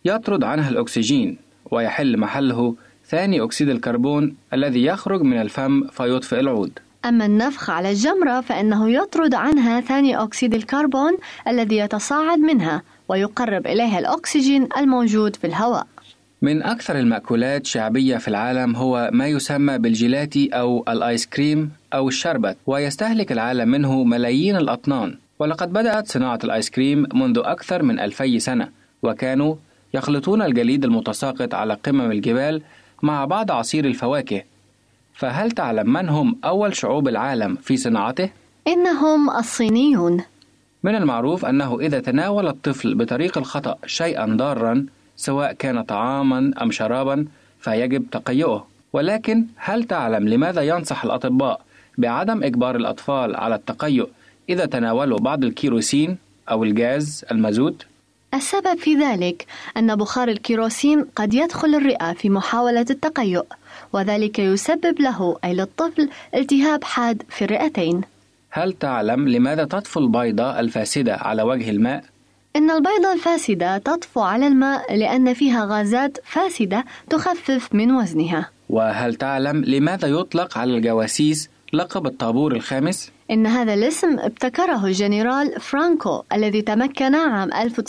يطرد عنها الأكسجين ويحل محله ثاني أكسيد الكربون الذي يخرج من الفم فيطفئ العود. أما النفخ على الجمرة فإنه يطرد عنها ثاني أكسيد الكربون الذي يتصاعد منها ويقرب إليها الأكسجين الموجود في الهواء. من أكثر المأكولات شعبية في العالم هو ما يسمى بالجيلاتي أو الآيس كريم أو الشربت، ويستهلك العالم منه ملايين الأطنان. ولقد بدأت صناعة الآيس كريم منذ أكثر من 2000 سنة، وكانوا يخلطون الجليد المتساقط على قمم الجبال مع بعض عصير الفواكه. فهل تعلم من هم أول شعوب العالم في صناعته؟ إنهم الصينيون. من المعروف أنه إذا تناول الطفل بطريق الخطأ شيئا ضارا سواء كان طعاما أم شرابا فيجب تقيؤه. ولكن هل تعلم لماذا ينصح الأطباء بعدم إجبار الأطفال على التقيؤ إذا تناولوا بعض الكيروسين أو الغاز المازوت؟ السبب في ذلك أن بخار الكيروسين قد يدخل الرئة في محاولة التقيؤ، وذلك يسبب له أي للطفل التهاب حاد في الرئتين. هل تعلم لماذا تطفو البيضة الفاسدة على وجه الماء؟ إن البيضة الفاسدة تطفو على الماء لأن فيها غازات فاسدة تخفف من وزنها. وهل تعلم لماذا يطلق على الجواسيس لقب الطابور الخامس؟ إن هذا الاسم ابتكره الجنرال فرانكو الذي تمكن عام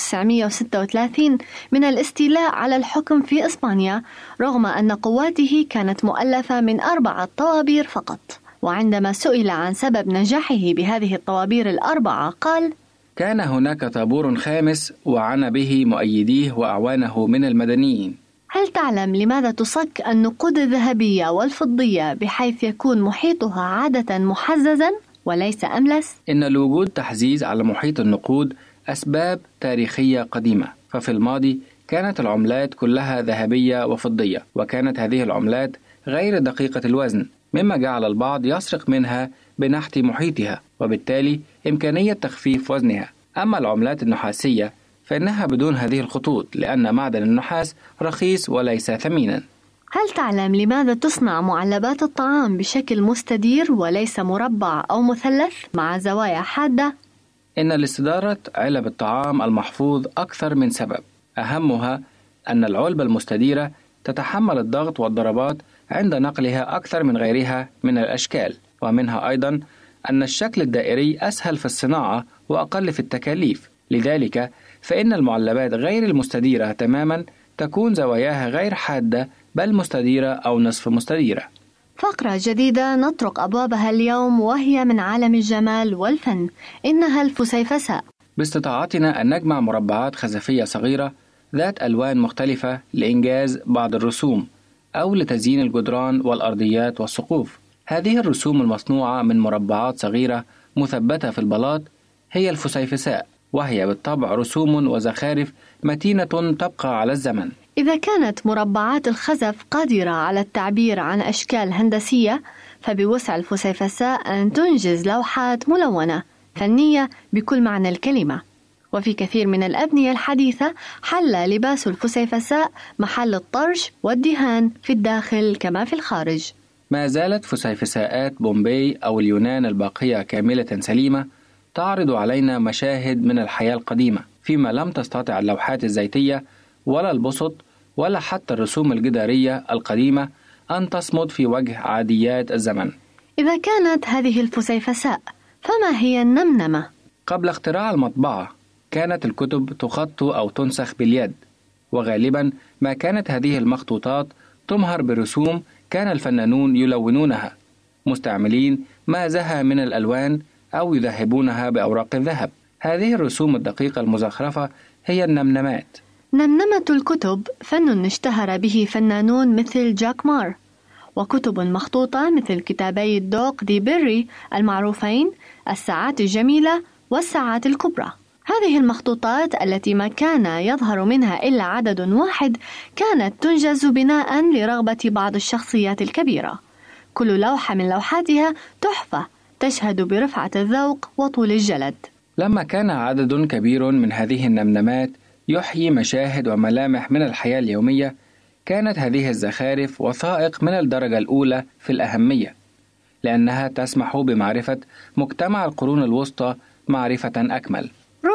1936 من الاستيلاء على الحكم في إسبانيا رغم أن قواته كانت مؤلفة من 4 طوابير فقط. وعندما سئل عن سبب نجاحه بهذه الطوابير 4 قال: كان هناك طابور خامس وعانى به مؤيديه وأعوانه من المدنيين. هل تعلم لماذا تصك النقود الذهبية والفضية بحيث يكون محيطها عادة محززا وليس أملس؟ إن لوجود تحزيز على محيط النقود أسباب تاريخية قديمة، ففي الماضي كانت العملات كلها ذهبية وفضية، وكانت هذه العملات غير دقيقة الوزن، مما جعل البعض يسرق منها بنحت محيطها، وبالتالي إمكانية تخفيف وزنها. أما العملات النحاسية فإنها بدون هذه الخطوط، لأن معدن النحاس رخيص وليس ثمينا. هل تعلم لماذا تصنع معلبات الطعام بشكل مستدير وليس مربع أو مثلث مع زوايا حادة؟ إن لاستدارة علب الطعام المحفوظ أكثر من سبب، أهمها أن العلبة المستديرة تتحمل الضغط والضربات عند نقلها أكثر من غيرها من الأشكال، ومنها أيضا أن الشكل الدائري أسهل في الصناعة وأقل في التكاليف. لذلك فإن المعلبات غير المستديرة تماما تكون زواياها غير حادة بل مستديرة أو نصف مستديرة. فقرة جديدة نطرق أبوابها اليوم وهي من عالم الجمال والفن، إنها الفسيفساء. باستطاعتنا أن نجمع مربعات خزفية صغيرة ذات ألوان مختلفة لإنجاز بعض الرسوم أو لتزيين الجدران والأرضيات والسقوف. هذه الرسوم المصنوعة من مربعات صغيرة مثبتة في البلاط هي الفسيفساء، وهي بالطبع رسوم وزخارف متينة تبقى على الزمن. إذا كانت مربعات الخزف قادرة على التعبير عن أشكال هندسية، فبوسع الفسيفساء أن تنجز لوحات ملونة فنية بكل معنى الكلمة. وفي كثير من الأبنية الحديثة حل لباس الفسيفساء محل الطرش والدهان في الداخل كما في الخارج. ما زالت فسيفساءات بومباي أو اليونان الباقية كاملة سليمة تعرض علينا مشاهد من الحياة القديمة، فيما لم تستطع اللوحات الزيتية ولا البسط ولا حتى الرسوم الجدارية القديمة أن تصمد في وجه عاديات الزمن. إذا كانت هذه الفسيفساء، فما هي النمنمة؟ قبل اختراع المطبعة كانت الكتب تخط أو تنسخ باليد، وغالبا ما كانت هذه المخطوطات تمهر برسوم كان الفنانون يلونونها مستعملين ما زهى من الألوان أو يذهبونها بأوراق الذهب. هذه الرسوم الدقيقة المزخرفة هي النمنمات. نمنمة الكتب فن اشتهر به فنانون مثل جاك مار، وكتب مخطوطة مثل كتابي الدوق دي بيري المعروفين الساعات الجميلة والساعات الكبرى. هذه المخطوطات التي ما كان يظهر منها إلا عدد واحد كانت تنجز بناء لرغبة بعض الشخصيات الكبيرة. كل لوحة من لوحاتها تحفة تشهد برفعة الذوق وطول الجلد. لما كان عدد كبير من هذه النمنمات يحيي مشاهد وملامح من الحياة اليومية، كانت هذه الزخارف وثائق من الدرجة الأولى في الأهمية، لأنها تسمح بمعرفة مجتمع القرون الوسطى معرفة أكمل.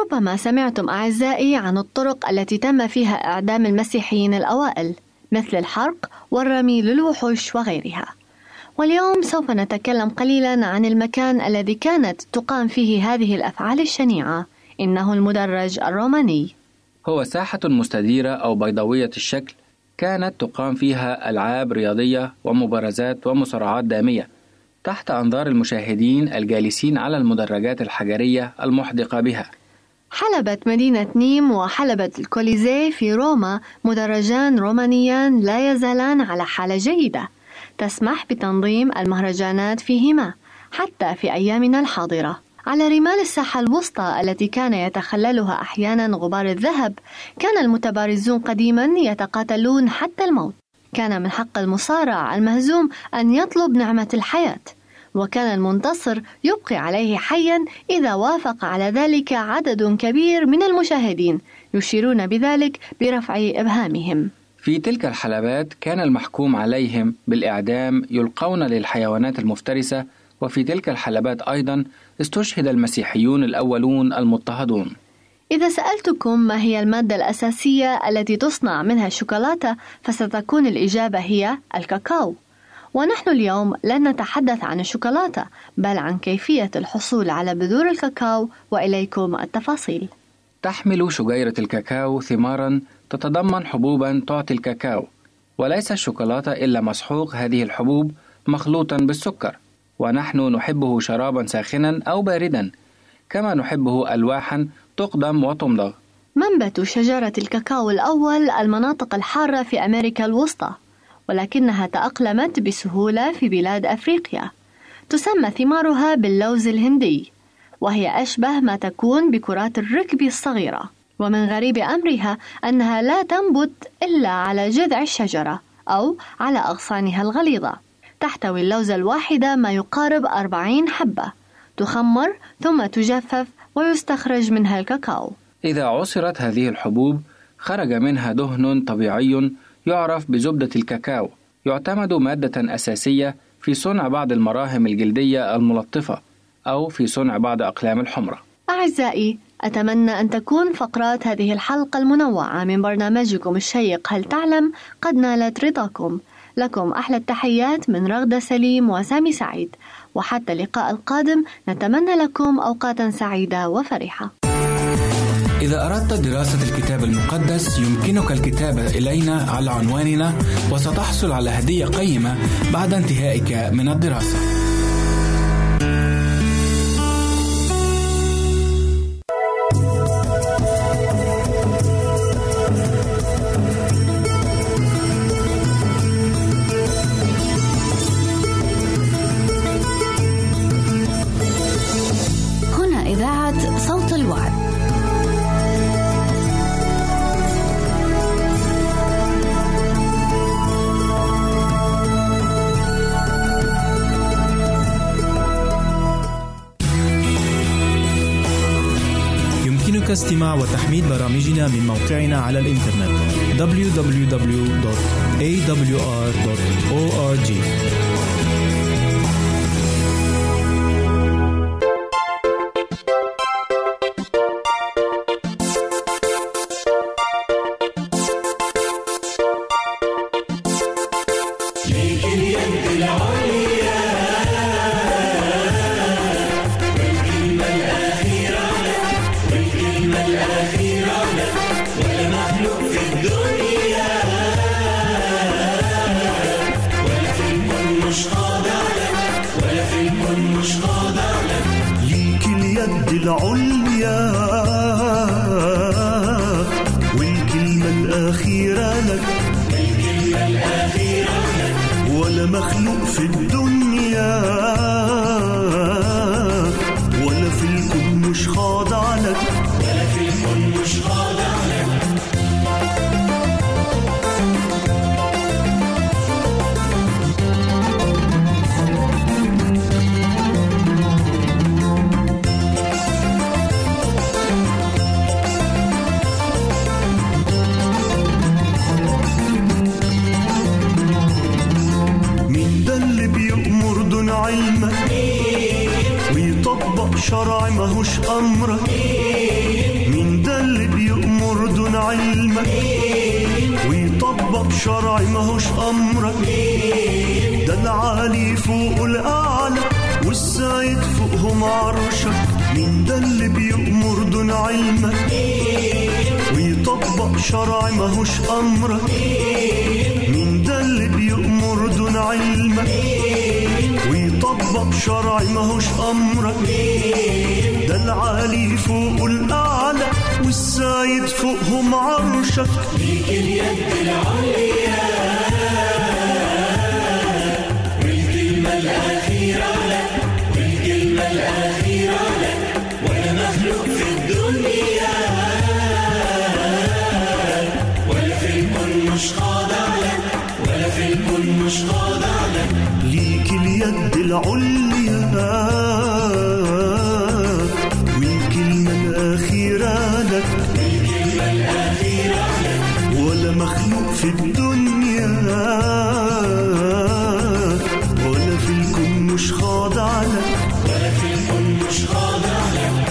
وربما سمعتم أعزائي عن الطرق التي تم فيها إعدام المسيحيين الأوائل مثل الحرق والرمي للوحوش وغيرها. واليوم سوف نتكلم قليلا عن المكان الذي كانت تقام فيه هذه الأفعال الشنيعة، إنه المدرج الروماني. هو ساحة مستديرة أو بيضاوية الشكل كانت تقام فيها ألعاب رياضية ومبارزات ومصارعات دامية تحت أنظار المشاهدين الجالسين على المدرجات الحجرية المحدقة بها. حلبة مدينة نيم وحلبة الكوليزيه في روما مدرجان رومانيان لا يزالان على حالة جيدة تسمح بتنظيم المهرجانات فيهما حتى في أيامنا الحاضرة. على رمال الساحة الوسطى التي كان يتخللها أحيانا غبار الذهب كان المتبارزون قديما يتقاتلون حتى الموت. كان من حق المصارع المهزوم أن يطلب نعمة الحياة، وكان المنتصر يبقي عليه حيا إذا وافق على ذلك عدد كبير من المشاهدين يشيرون بذلك برفع إبهامهم. في تلك الحلبات كان المحكوم عليهم بالإعدام يلقون للحيوانات المفترسة، وفي تلك الحلبات أيضا استشهد المسيحيون الأولون المضطهدون. إذا سألتكم ما هي المادة الأساسية التي تصنع منها الشوكولاتة فستكون الإجابة هي الكاكاو. ونحن اليوم لن نتحدث عن الشوكولاتة بل عن كيفية الحصول على بذور الكاكاو، وإليكم التفاصيل. تحمل شجيرة الكاكاو ثمارا تتضمن حبوبا تعطي الكاكاو، وليس الشوكولاتة إلا مسحوق هذه الحبوب مخلوطا بالسكر، ونحن نحبه شرابا ساخنا أو باردا كما نحبه ألواحا تقدم وتمضغ. منبت شجرة الكاكاو الأول المناطق الحارة في أمريكا الوسطى، ولكنها تأقلمت بسهولة في بلاد أفريقيا. تسمى ثمارها باللوز الهندي، وهي أشبه ما تكون بكرات الركبي الصغيرة، ومن غريب أمرها أنها لا تنبت إلا على جذع الشجرة أو على أغصانها الغليظة. تحتوي اللوزة الواحدة ما يقارب 40 حبة، تخمر ثم تجفف ويستخرج منها الكاكاو. إذا عصرت هذه الحبوب خرج منها دهن طبيعي يعرف بزبدة الكاكاو، يعتمد مادة أساسية في صنع بعض المراهم الجلدية الملطفة أو في صنع بعض أقلام الحمرة. أعزائي، أتمنى أن تكون فقرات هذه الحلقة المنوعة من برنامجكم الشيق هل تعلم قد نالت رضاكم. لكم أحلى التحيات من رغدة سليم وسامي سعيد، وحتى اللقاء القادم نتمنى لكم أوقاتا سعيدة وفرحة. إذا أردت دراسة الكتاب المقدس يمكنك الكتابة إلينا على عنواننا، وستحصل على هدية قيمة بعد انتهائك من الدراسة. هنا إذاعة صوت الوعد. يمكنك استماع وتحميل برامجنا من موقعنا على الإنترنت www.awr.org. العليا والكلمة الأخيرة لك، ولا مخلوق في الدنيا ولا في الكون مش خاضع لك، علمك ويطبق شرع ماهوش أمرك، دون علمك ويطبق شرعي ماهوش أمرك. ده العالي فوق الأعلى والسيد فوقهم عرشك. مين ده اللي بيأمر دون علمك ويطبق شرعي ماهوش أمرك؟ مين ده اللي بيأمر دون علمك ويطبق شرعي ماهوش أمرك؟ ده العالي فوق الأعلى والسيد فوقهم عرشك. ليك اليد العليا والكلمة الأخيرة لك، والكلمة الأخيرة لك، ولا مخلوق في الدنيا ولا في الكون مش خاضع لك، ولا في الكون مش خاضع لك. ليك اليد العليا والكلمة الأخيرة لك، والكلمة الأخيرة لك، ولا مخلوق في الدنيا ولا في الكون مش خاضع لك، ولا في الكون مش خاضع لك.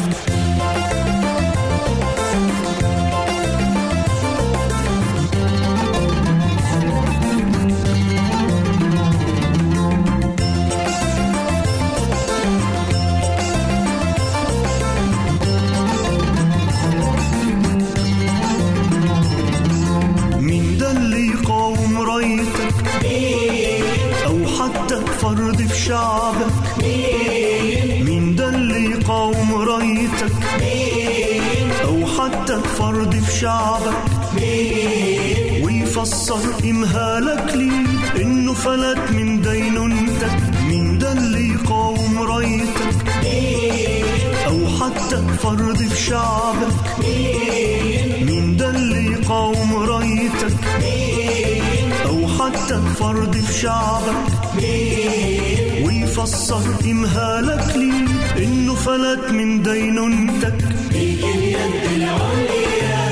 مين ده اللي يقاوم رايتك أو حتى فرد في شعبك؟ مين ده اللي يقاوم رايتك أو حتى فرد في شعبك ويفسر إمهالك ليه إنه فلت من دينونتك؟ مين ده اللي يقاوم رايتك أو حتى فرد في شعبك؟ مين ده اللي يقاوم رايتك أو حتى فرد في شعبك ويفسر إمهالك ليه إنه فلت من دينونتك؟ ليك اليد العليا